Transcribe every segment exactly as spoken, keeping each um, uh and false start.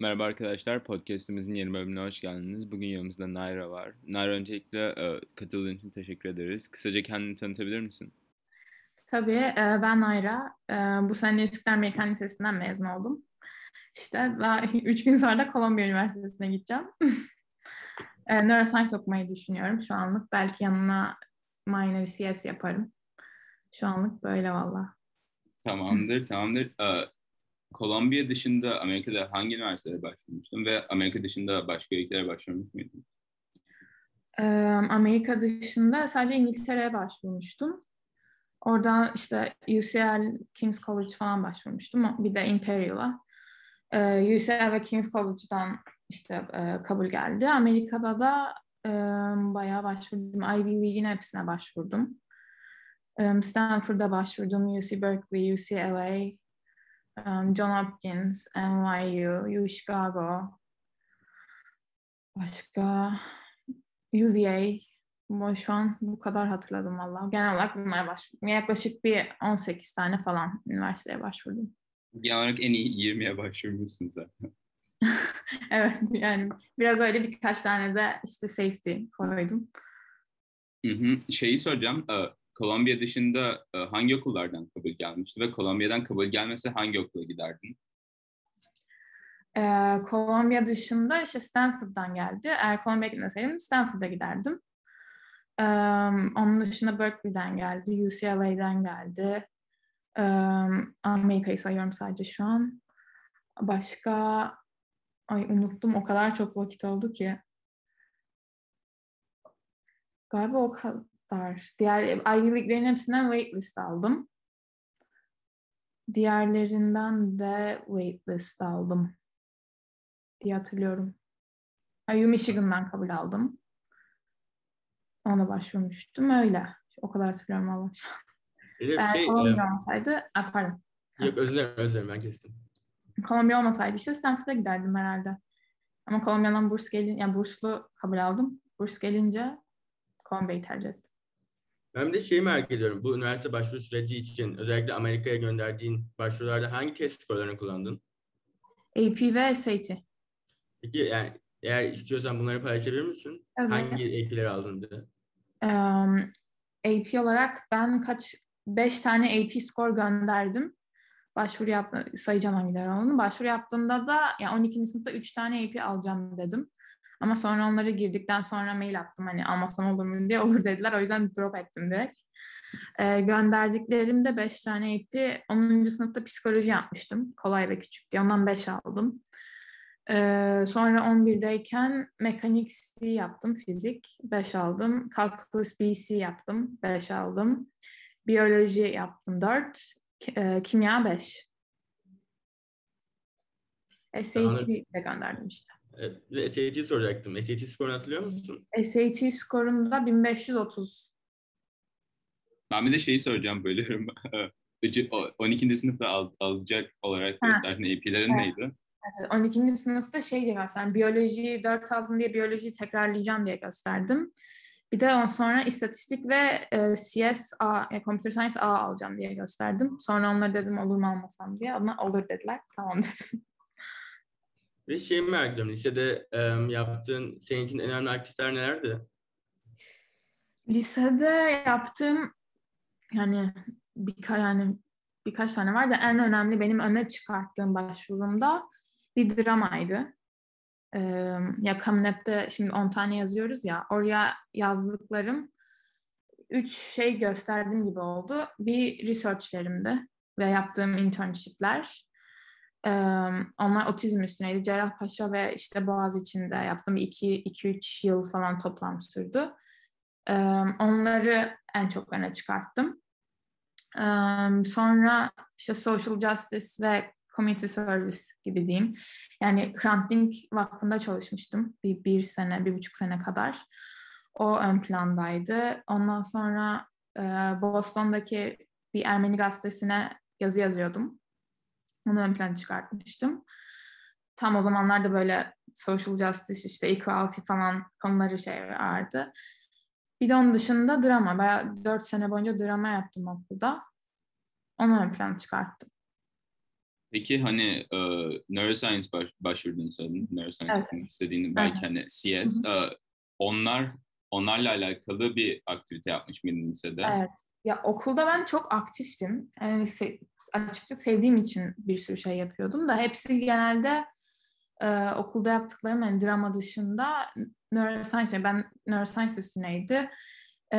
Merhaba arkadaşlar, podcast'imizin yeni bölümüne hoş geldiniz. Bugün yanımızda Nayra var. Nayra, öncelikle e, katıldığın için teşekkür ederiz. Kısaca kendini tanıtabilir misin? Tabii, e, ben Ayra. E, Bu sene Üsküdar Amerikan Lisesi'nden mezun oldum. İşte daha üç gün sonra da Kolombiya Üniversitesi'ne gideceğim. E, Neuroscience okumayı düşünüyorum şu anlık. Belki yanına minor C S yaparım. Şu anlık böyle valla. Tamamdır, tamamdır. E, Kolombiya dışında Amerika'da hangi üniversitelere başvurmuştun ve Amerika dışında başka ülkelere başvurmuş muydun? E, Amerika dışında sadece İngiltere'ye başvurmuştum. Oradan işte U C L, King's College falan başvurmuştum. Bir de Imperial'a. Ee, U C L ve King's College'dan işte e, kabul geldi. Amerika'da da e, bayağı başvurdum. Ivy League'in hepsine başvurdum. E, Stanford'a başvurdum. U C Berkeley, U C L A, e, John Hopkins, N Y U, U Chicago, başka U V A. Bu şu an bu kadar hatırladım valla. Genel olarak bunlara başvurdum. Yaklaşık bir on sekiz tane falan üniversiteye başvurdum. Genel olarak en iyi yirmiye başvurmuşsun zaten. Evet, yani biraz öyle birkaç tane de işte safety koydum. Hı hı. Şeyi soracağım, e, Kolombiya dışında e, hangi okullardan kabul gelmişti ve Kolombiya'dan kabul gelmese hangi okula giderdin? Ee, Kolombiya dışında işte Stanford'dan geldi. Eğer Kolombiya'ya gitmeseydim Stanford'a giderdim. Ee, Onun dışında Berkeley'den geldi, U C L A'den geldi. Ee, Amerika'yı sayıyorum sadece şu an. Başka, ay unuttum, o kadar çok vakit oldu ki. Galiba o kadar. Diğer Ivy League'lerin hepsinden waitlist aldım. Diğerlerinden de waitlist aldım diye hatırlıyorum. U Michigan'dan kabul aldım. Ona başvurmuştum. Öyle. O kadar hatırlıyorum valla. Elif Eğer şey, e, Kolombiya olmasaydı, ah, pardon. Heh. yok özür dilerim, özür dilerim ben kestim. Kolombiya olmasaydı işte Stanford'a giderdim herhalde. Ama Kolombiya'dan burs gelin, yani burslu kabul aldım. Burs gelince Kolombiya'yı tercih ettim. Ben bir de şeyi merak ediyorum. Bu üniversite başvuru süreci için özellikle Amerika'ya gönderdiğin başvurularda hangi test skorlarını kullandın? A P ve S A T. Peki yani eğer istiyorsan bunları paylaşabilir misin? Evet. Hangi A P'leri aldın diye. Um, A P olarak ben kaç, beş tane A P score gönderdim. Başvuru yap sayacağım hangileri olduğunu. Başvuru yaptığımda da yani on ikinci sınıfta üç tane A P alacağım dedim. Ama sonra onları girdikten sonra mail attım, hani almasam olur mu diye, olur dediler. O yüzden drop ettim direkt. Ee, gönderdiklerimde beş tane A P, onuncu sınıfta psikoloji yapmıştım. Kolay ve küçük diye. Ondan beş aldım. Ee, sonra on birdeyken mekanik C yaptım, fizik beş aldım. Calculus B C yaptım, beş aldım. Biyoloji yaptım, dört. E, kimya beş. Tamamdır. S A T de gönderdim işte. E, bir de S A T soracaktım. S A T skorunu hatırlıyor musun? S A T skorumda bin beş yüz otuz. Ben bir de şeyi soracağım, bölüyorum. Öce- o- on ikinci sınıfta al- alacak olarak Ha, gösterdiğin A P'lerin evet. neydi? Evet, on ikinci sınıfta şey diye gösterdim. Biyolojiyi dört aldım diye biyolojiyi tekrarlayacağım diye gösterdim. Bir de on sonra istatistik ve e, C S A, yani Computer Science A alacağım diye gösterdim. Sonra onlara dedim olur mu almasam diye. Onlar olur dediler. Tamam dedim. Ve şeyi merak ediyorum. Lisede e, yaptığın senin için en önemli aktiviteler nelerdi? Lisede yaptığım, yani birka yani birkaç tane var da en önemli benim öne çıkarttığım başvurumda bir dramaydı. Ee, Ya Camunet'te şimdi on tane yazıyoruz ya, oraya yazdıklarım üç şey gösterdiğim gibi oldu. Bir researchlerimdi ve yaptığım internshipler. Ee, Onlar otizm üstüneydi. Cerrahpaşa ve işte Boğaziçi'nde yaptığım iki, iki üç yıl falan toplam sürdü. Ee, Onları en çok öne çıkarttım. Ee, Sonra işte social justice ve community service gibi diyeyim. Yani Hrant Dink Vakfı'nda çalışmıştım bir, bir sene, bir buçuk sene kadar. O ön plandaydı. Ondan sonra e, Boston'daki bir Ermeni gazetesine yazı yazıyordum. Onu ön plana çıkartmıştım. Tam o zamanlarda böyle social justice, işte equality falan konuları şey vardı. Bir de onun dışında drama. Bayağı dört sene boyunca drama yaptım okulda. Onu ön plana çıkarttım. Peki hani e, neuroscience baş, başvurduğunu söyledin. Neuroscience Evet. okumak istediğini. Evet. Belki hani C S. E, onlar onlarla alakalı bir aktivite yapmış mıydın lisede? Evet. Ya okulda ben çok aktiftim. Yani se- açıkça sevdiğim için bir sürü şey yapıyordum da hepsi genelde e, okulda yaptıklarım yani drama dışında neuroscience. Ben neuroscience üstüneydi. E,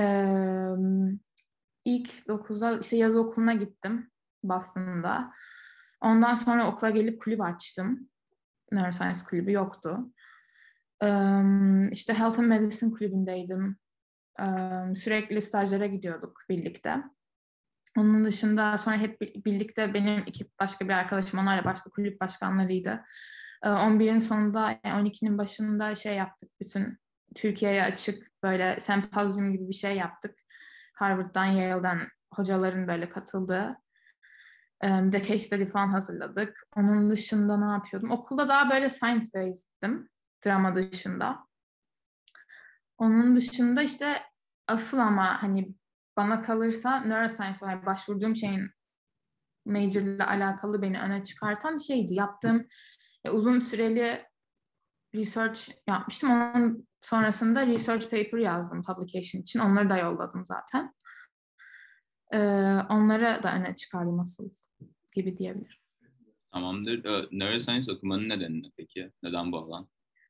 ilk dokuzda işte yaz okuluna gittim Boston'da. Ondan sonra okula gelip kulüp açtım. Neuroscience kulübü yoktu. E, işte Health and Medicine kulübündeydim. E, sürekli stajlara gidiyorduk birlikte. Onun dışında sonra hep birlikte benim iki başka bir arkadaşım, onlarla başka kulüp başkanlarıydı. on birin sonunda, on ikinin başında şey yaptık. Bütün Türkiye'ye açık böyle sempozyum gibi bir şey yaptık. Harvard'dan, Yale'den hocaların böyle katıldığı. Bir de case study falan hazırladık. Onun dışında ne yapıyordum? Okulda daha böyle science based'dim. Drama dışında. Onun dışında işte asıl ama hani bana kalırsa neuroscience olarak başvurduğum şeyin major ile alakalı beni öne çıkartan şeydi. Yaptığım e, uzun süreli research yapmıştım. Onun sonrasında research paper yazdım publication için. Onları da yolladım zaten. Ee, onları da öne çıkardım asıl gibi diyebilirim. Tamamdır. E, neuroscience okumanın nedeni ne peki? Neden bu alan?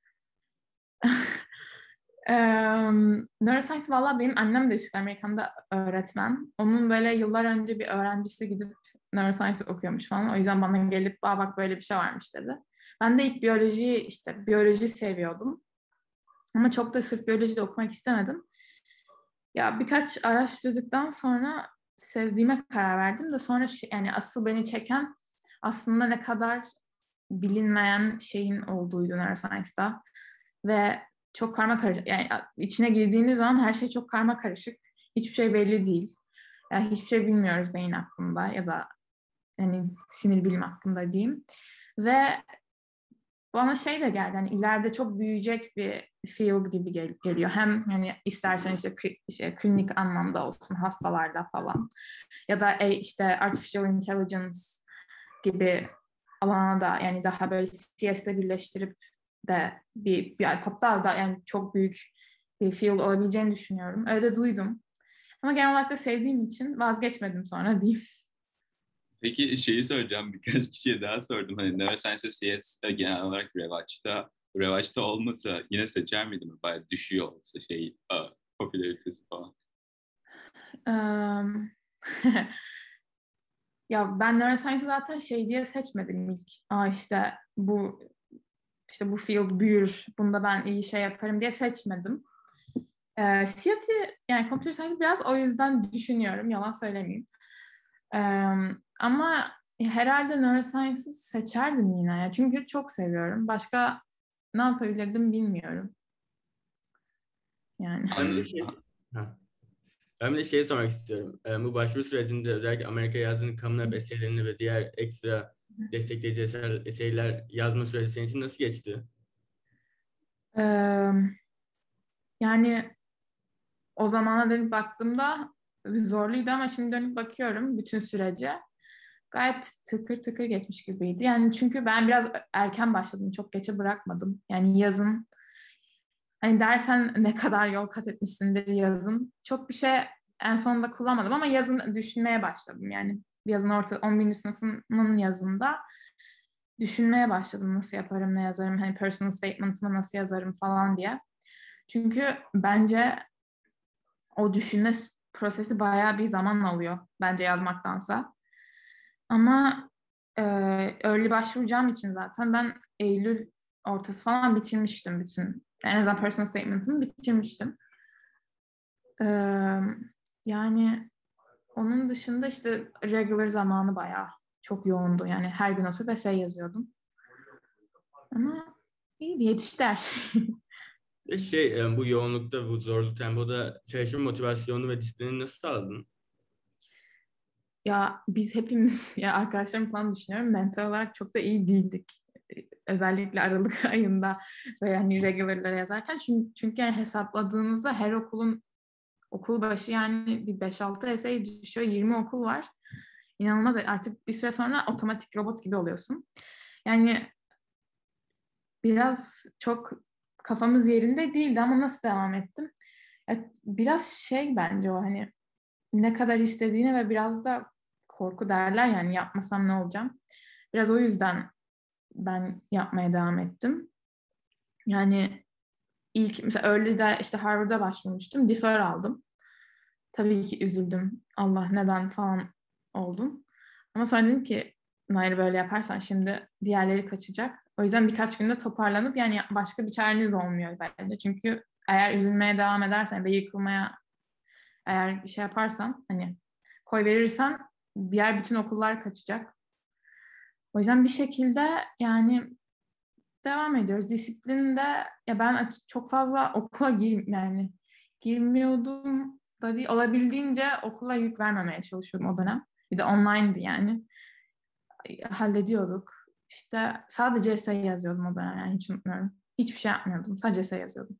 Um, neuroscience valla benim annem de işte Amerikan'da öğretmen. Onun böyle yıllar önce bir öğrencisi gidip neuroscience okuyormuş falan. O yüzden bana gelip Aa, bak böyle bir şey varmış dedi. Ben de ilk biyoloji işte biyoloji seviyordum. Ama çok da sırf biyoloji de okumak istemedim. Ya birkaç araştırdıktan sonra sevdiğime karar verdim de sonra şey, yani asıl beni çeken aslında ne kadar bilinmeyen şeyin olduğuydu neuroscience'da. Ve çok karma karışık. Yani içine girdiğiniz zaman her şey çok karma karışık. Hiçbir şey belli değil. Yani hiçbir şey bilmiyoruz beyin hakkında ya da yani sinir bilim hakkında diyeyim. Ve bana şey de geldi hani ileride çok büyüyecek bir field gibi gel- geliyor. Hem hani istersen işte, kli- işte klinik anlamda olsun hastalarda falan ya da e, işte artificial intelligence gibi alana da yani daha böyle C S'le birleştirip de bir, bir hatta da yani çok büyük bir field olabileceğini düşünüyorum. Öyle de duydum. Ama genel olarak da sevdiğim için vazgeçmedim sonra diyeyim. Peki şeyi soracağım. Birkaç kişiye daha sordum. Hani neuroscience ve C S e, genel olarak revaçta revaçta olmasa yine seçer miydin? Bayağı düşüyor olsa şey e, popülaritesi falan. Um, ya ben neuroscience zaten şey diye seçmedim ilk. Aa işte bu işte bu field büyür, bunda ben iyi şey yaparım diye seçmedim. Ee, siyasi yani computer science biraz o yüzden düşünüyorum, yalan söylemeyeyim. Ee, ama herhalde neuroscience'ı seçerdim yine ya. Çünkü çok seviyorum. Başka ne yapabilirdim bilmiyorum. Yani. Ben de Anladım. şey, ha. Ben de şey sormak istiyorum. Ee, bu başvuru sürecinde özellikle Amerika'ya yazdığın Coming Up eseylerini ve diğer ekstra destekleyici eser, eseyler yazma süreci senin için nasıl geçti? Ee, yani o zamana dönüp baktığımda zorluydu ama şimdi dönüp bakıyorum bütün sürece. Gayet tıkır tıkır geçmiş gibiydi. Yani çünkü ben biraz erken başladım. Çok geçe bırakmadım. Yani yazın hani dersen ne kadar yol kat etmişsindir yazın. Çok bir şey en sonunda kullanmadım ama yazın düşünmeye başladım. Yani yazın orta on birinci sınıfımın yazında düşünmeye başladım nasıl yaparım, ne yazarım, hani personal statement'ımı nasıl yazarım falan diye. Çünkü bence o düşünme prosesi bayağı bir zaman alıyor bence yazmaktansa. Ama e, early başvuracağım için zaten ben Eylül ortası falan bitirmiştim bütün. En azından personal statement'ımı bitirmiştim. E, yani onun dışında işte regular zamanı bayağı çok yoğundu. Yani her gün oturup essay yazıyordum. Ama iyiydi, yetişti her şey. Ve şey, e, bu yoğunlukta, bu zorlu tempoda çalışma motivasyonu ve disiplini nasıl sağladın? Ya biz hepimiz ya arkadaşlarım falan düşünüyorum mental olarak çok da iyi değildik. Özellikle Aralık ayında ve yani regular'lara yazarken çünkü, çünkü yani hesapladığınızda her okulun okul başı yani bir beş altı essay düşüyor, yirmi okul var. inanılmaz artık bir süre sonra otomatik robot gibi oluyorsun. Yani biraz çok kafamız yerinde değildi ama nasıl devam ettim? Ya, biraz şey bence o hani ne kadar istediğini ve biraz da korku derler yani yapmasam ne olacağım. Biraz o yüzden ben yapmaya devam ettim. Yani ilk mesela early'de işte Harvard'a başvurmuştum. Defer aldım. Tabii ki üzüldüm. Allah neden falan oldum. Ama sonra dedim ki Nail böyle yaparsan şimdi diğerleri kaçacak. O yüzden birkaç günde toparlanıp yani başka bir çareniz olmuyor bence. Çünkü eğer üzülmeye devam edersen ya da yıkılmaya eğer şey yaparsan hani koy verirsen diğer bütün okullar kaçacak. O yüzden bir şekilde yani devam ediyoruz. Disiplinde ya ben çok fazla okula gir yani girmiyordum da değil. Olabildiğince okula yük vermemeye çalışıyordum o dönem. Bir de online'dı yani. Hallediyorduk. İşte sadece essay yazıyordum o dönem yani hiç unutmuyorum. Hiçbir şey yapmıyordum. Sadece essay yazıyordum.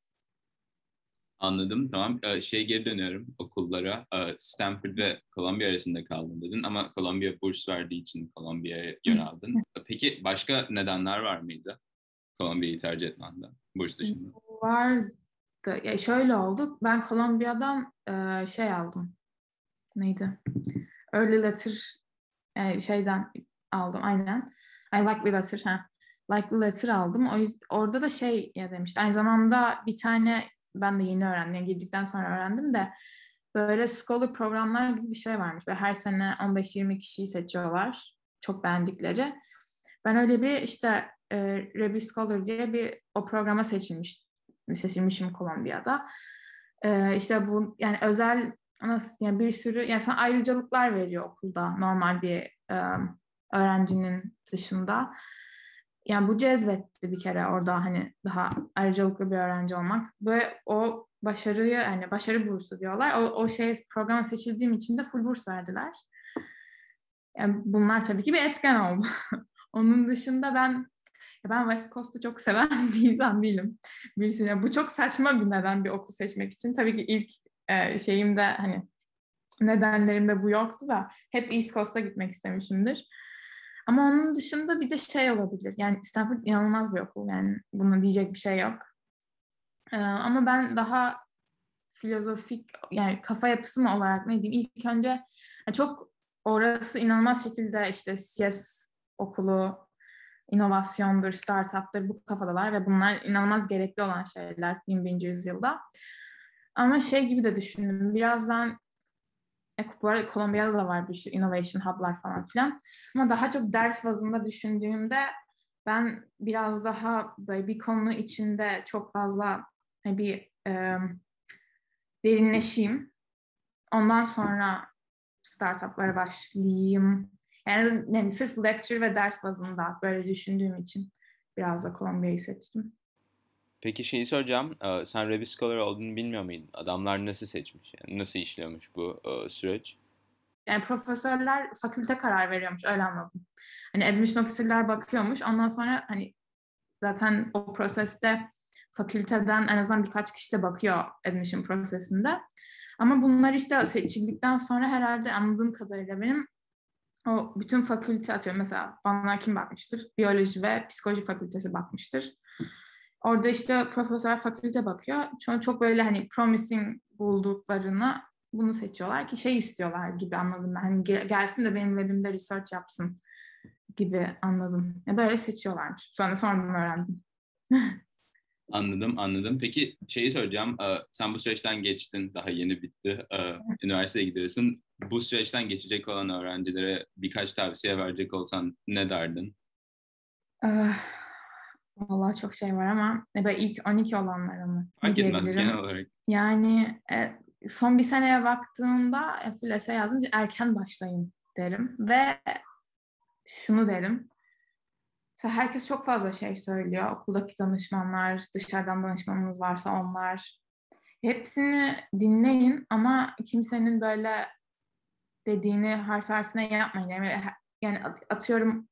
Anladım, tamam. Ee, şey geri dönüyorum okullara. Ee, Stanford ve Columbia arasında kaldım dedin ama Columbia burs verdiği için Columbia'ya yöneldin. Peki başka nedenler var mıydı Columbia'yı tercih etmende burs dışında? Vardı. Ya şöyle oldu. Ben Columbia'dan e, şey aldım. Neydi? Early letter e, şeyden aldım aynen. I likely letter ha. Likely letter aldım. O yüzden orada da şey ya demişti. Aynı zamanda bir tane ben de yeni öğrendim. Yani girdikten sonra öğrendim de böyle scholar programlar gibi bir şey varmış. Ve her sene on beş yirmi kişiyi seçiyorlar. Çok beğendikleri. Ben öyle bir işte e, Rebbe Scholar diye bir o programa seçilmiş seçilmişim Kolombiya'da. E, işte bu yani özel nasıl yani bir sürü yani sana ayrıcalıklar veriyor okulda normal bir e, öğrencinin dışında. Yani bu cezbetti bir kere orada hani daha ayrıcalıklı bir öğrenci olmak. Ve o başarıyı yani başarı bursu diyorlar. O, o şey programa seçildiğim için de full burs verdiler. Yani bunlar tabii ki bir etken oldu. Onun dışında ben ben West Coast'u çok seven bir insan değilim. Birisine bu çok saçma bir neden bir okul seçmek için. Tabii ki ilk e, şeyimde hani nedenlerimde bu yoktu da hep East Coast'a gitmek istemişimdir. Ama onun dışında bir de şey olabilir. Yani Stanford inanılmaz bir okul yani buna diyecek bir şey yok. E, ama ben daha filozofik yani kafa yapısı mı olarak ne diyeyim ilk önce yani çok orası inanılmaz şekilde işte C S okulu inovasyondur, startup'tır bu kafadalar ve bunlar inanılmaz gerekli olan şeyler yirmi birinci yüzyılda. Ama şey gibi de düşündüm. Biraz ben e, bu arada Kolombiya'da da var bir sürü innovation hub'lar falan filan. Ama daha çok ders bazında düşündüğümde ben biraz daha böyle bir konu içinde çok fazla bir e, derinleşeyim. Ondan sonra startup'lara başlayayım. Yani, yani sırf lecture ve ders bazında böyle düşündüğüm için biraz da Columbia'yı seçtim. Peki şeyi soracağım. Ee, Sen Rebbe Scholar olduğunu bilmiyor muydun? Adamlar nasıl seçmiş? Yani nasıl işliyormuş bu e, süreç? Yani profesörler fakülte karar veriyormuş öyle anladım. Hani admission officer'lar bakıyormuş. Ondan sonra hani zaten o proseste fakülteden en azından birkaç kişi de bakıyor admission prosesinde. Ama bunlar işte seçildikten sonra herhalde anladığım kadarıyla benim o bütün fakülte atıyorum. Mesela bana kim bakmıştır? Biyoloji ve psikoloji fakültesi bakmıştır. Orada işte profesör fakülte bakıyor. Çünkü çok böyle hani promising bulduklarını bunu seçiyorlar ki şey istiyorlar gibi anladım ben. Hani gelsin de benim webimde research yapsın gibi anladım. Ya böyle seçiyorlarmış. Sonra sonradan öğrendim. Anladım, anladım. Peki şeyi soracağım. Ee, Sen bu süreçten geçtin, daha yeni bitti. Ee, Üniversiteye gidiyorsun. Bu süreçten geçecek olan öğrencilere birkaç tavsiye verecek olsan ne derdin? Ah, vallahi çok şey var ama ne böyle ilk on iki olanlara mı? Ne Fark etmez genel diyebilirim? olarak. Yani e, son bir seneye baktığımda e, full essay yazdım. Erken başlayın derim. Ve şunu derim. Mesela herkes çok fazla şey söylüyor. Okuldaki danışmanlar, dışarıdan danışmanınız varsa onlar. Hepsini dinleyin ama kimsenin böyle dediğini harf harfine yapmayın. Yani, yani atıyorum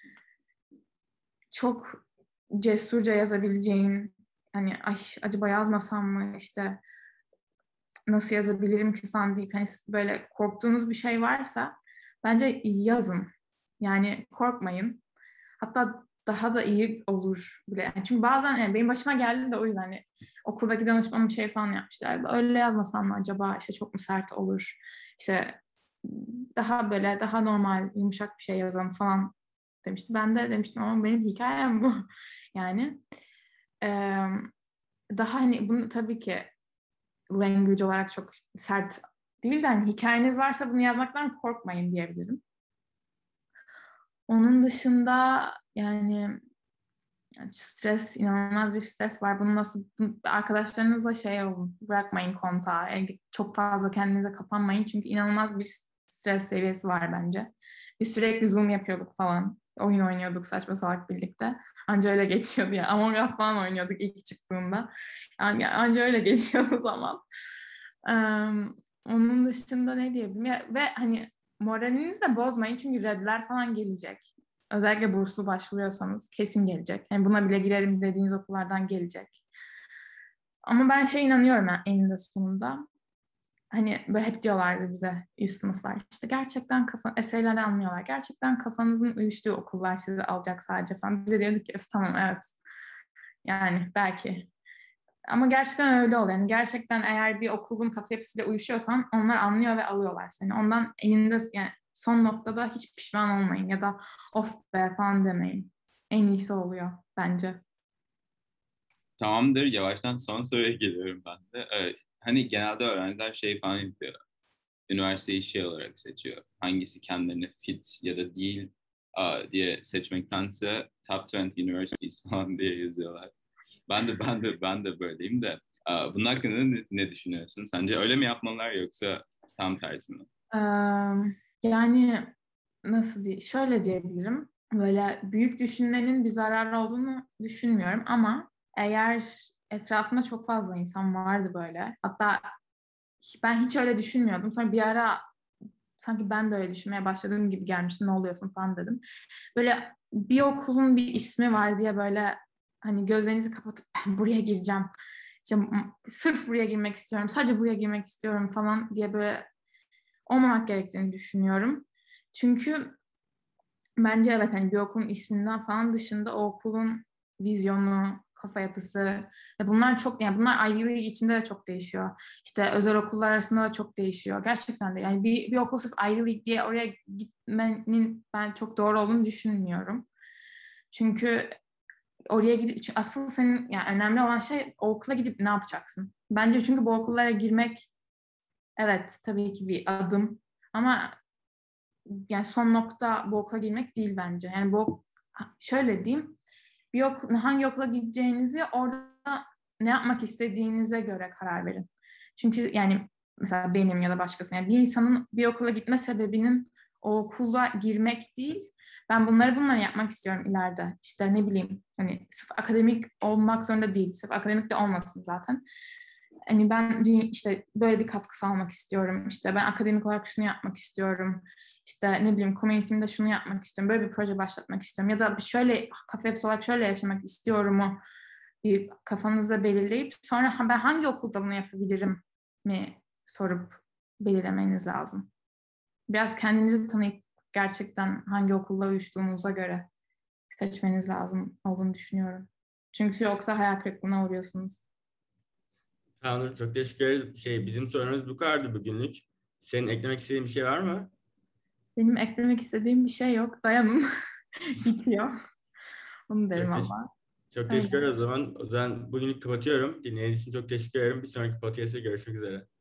çok cesurca yazabileceğin hani ay acaba yazmasam mı işte nasıl yazabilirim ki falan deyip hani böyle korktuğunuz bir şey varsa Bence yazın. Yani korkmayın. Hatta daha da iyi olur bile. Yani çünkü bazen yani benim başıma geldi de o yüzden hani okuldaki danışmanım şey falan yapmışlar. Öyle yazmasam mı acaba işte çok mu sert olur? İşte daha böyle daha normal yumuşak bir şey yazalım falan demişti. Ben de demiştim ama benim hikayem bu. Yani ee, daha hani bunu tabii ki language olarak çok sert değil de hani hikayeniz varsa bunu yazmaktan korkmayın diyebilirim. Onun dışında yani stres, inanılmaz bir stres var. Bunu nasıl arkadaşlarınızla şey olun, bırakmayın kontağı. Yani çok fazla kendinize kapanmayın çünkü inanılmaz bir stres seviyesi var bence. Biz sürekli Zoom yapıyorduk falan. Oyun oynuyorduk saçma salak birlikte. Anca öyle geçiyordu ya. Among Us falan oynuyorduk ilk çıktığında. Yani anca öyle geçiyordu zaman. Um, onun dışında ne diyebilirim? Ya, ve hani moralinizi de bozmayın çünkü redler falan gelecek. Özellikle burslu başvuruyorsanız kesin gelecek. Yani buna bile girerim dediğiniz okullardan gelecek. Ama ben şey inanıyorum yani eninde sonunda. Hani böyle hep diyorlardı bize üst sınıflar işte gerçekten kafa eserleri anlıyorlar. Gerçekten kafanızın uyuştuğu okullar sizi alacak sadece falan. Bize diyorduk ki tamam evet. Yani belki. Ama gerçekten öyle oluyor. Yani gerçekten eğer bir okulun kafa yapısıyla uyuşuyorsan onlar anlıyor ve alıyorlar seni. Ondan eninde yani son noktada hiç pişman olmayın ya da of be falan demeyin. En iyisi oluyor bence. Tamamdır. Yavaştan son soruya geliyorum ben de. Evet, hani genelde öğrenciler şey falan yapıyor. Üniversiteyi şey olarak seçiyor. Hangisi kendilerine fit ya da değil aa, diye seçmektense top yirmi universities falan diye yazıyorlar. Ben de ben de ben de böyleyim de. Aa, bunun hakkında ne, ne düşünüyorsun? Sence öyle mi yapmalılar yoksa tam tersi mi? Ee, yani nasıl diye şöyle diyebilirim. Böyle büyük düşünmenin bir zararı olduğunu düşünmüyorum ama eğer etrafımda çok fazla insan vardı böyle. Hatta ben hiç öyle düşünmüyordum. Sonra bir ara sanki ben de öyle düşünmeye başladığım gibi gelmişti. Ne oluyorsun falan dedim. Böyle bir okulun bir ismi var diye böyle hani gözlerinizi kapatıp ben buraya gireceğim. İşte sırf buraya girmek istiyorum. Sadece buraya girmek istiyorum falan diye böyle olmamak gerektiğini düşünüyorum. Çünkü bence evet hani bir okulun isminden falan dışında o okulun vizyonu, kafa yapısı ve bunlar çok yani bunlar Ivy League içinde de çok değişiyor. İşte özel okullar arasında da çok değişiyor. Gerçekten de yani bir, bir okul sırf Ivy League diye oraya gitmenin ben çok doğru olduğunu düşünmüyorum. Çünkü oraya gidip asıl senin yani önemli olan şey o okula gidip ne yapacaksın? Bence çünkü bu okullara girmek evet tabii ki bir adım ama yani son nokta bu okula girmek değil bence. Yani bu şöyle diyeyim. Bir okul, hangi okula gideceğinizi orada ne yapmak istediğinize göre karar verin. Çünkü yani mesela benim ya da başkasının yani bir insanın bir okula gitme sebebinin o okula girmek değil. Ben bunları bunları yapmak istiyorum ileride. İşte ne bileyim hani sırf akademik olmak zorunda değil. Sırf akademik de olmasın zaten. Hani ben işte böyle bir katkı sağlamak istiyorum. İşte ben akademik olarak şunu yapmak istiyorum. İşte ne bileyim community'mde şunu yapmak istiyorum. Böyle bir proje başlatmak istiyorum. Ya da şöyle kafa yapısı olarak şöyle yaşamak istiyorumu bir kafanızda belirleyip sonra ben hangi okulda bunu yapabilirim mi sorup belirlemeniz lazım. Biraz kendinizi tanıyıp gerçekten hangi okulla uyuştuğunuza göre seçmeniz lazım olduğunu düşünüyorum. Çünkü yoksa hayal kırıklığına uğruyorsunuz. Tamamdır. Çok teşekkür ederiz. Şey, bizim sorunumuz bu kadardı bugünlük. Senin eklemek istediğin bir şey var mı? Benim eklemek istediğim bir şey yok. Dayanın. Bitiyor. Onu derim Çok, teş ama. çok Öyle. teşekkür ederim o zaman. O zaman bugünlük kapatıyorum. Dinlediğiniz için çok teşekkür ederim. Bir sonraki podcast'te görüşmek üzere.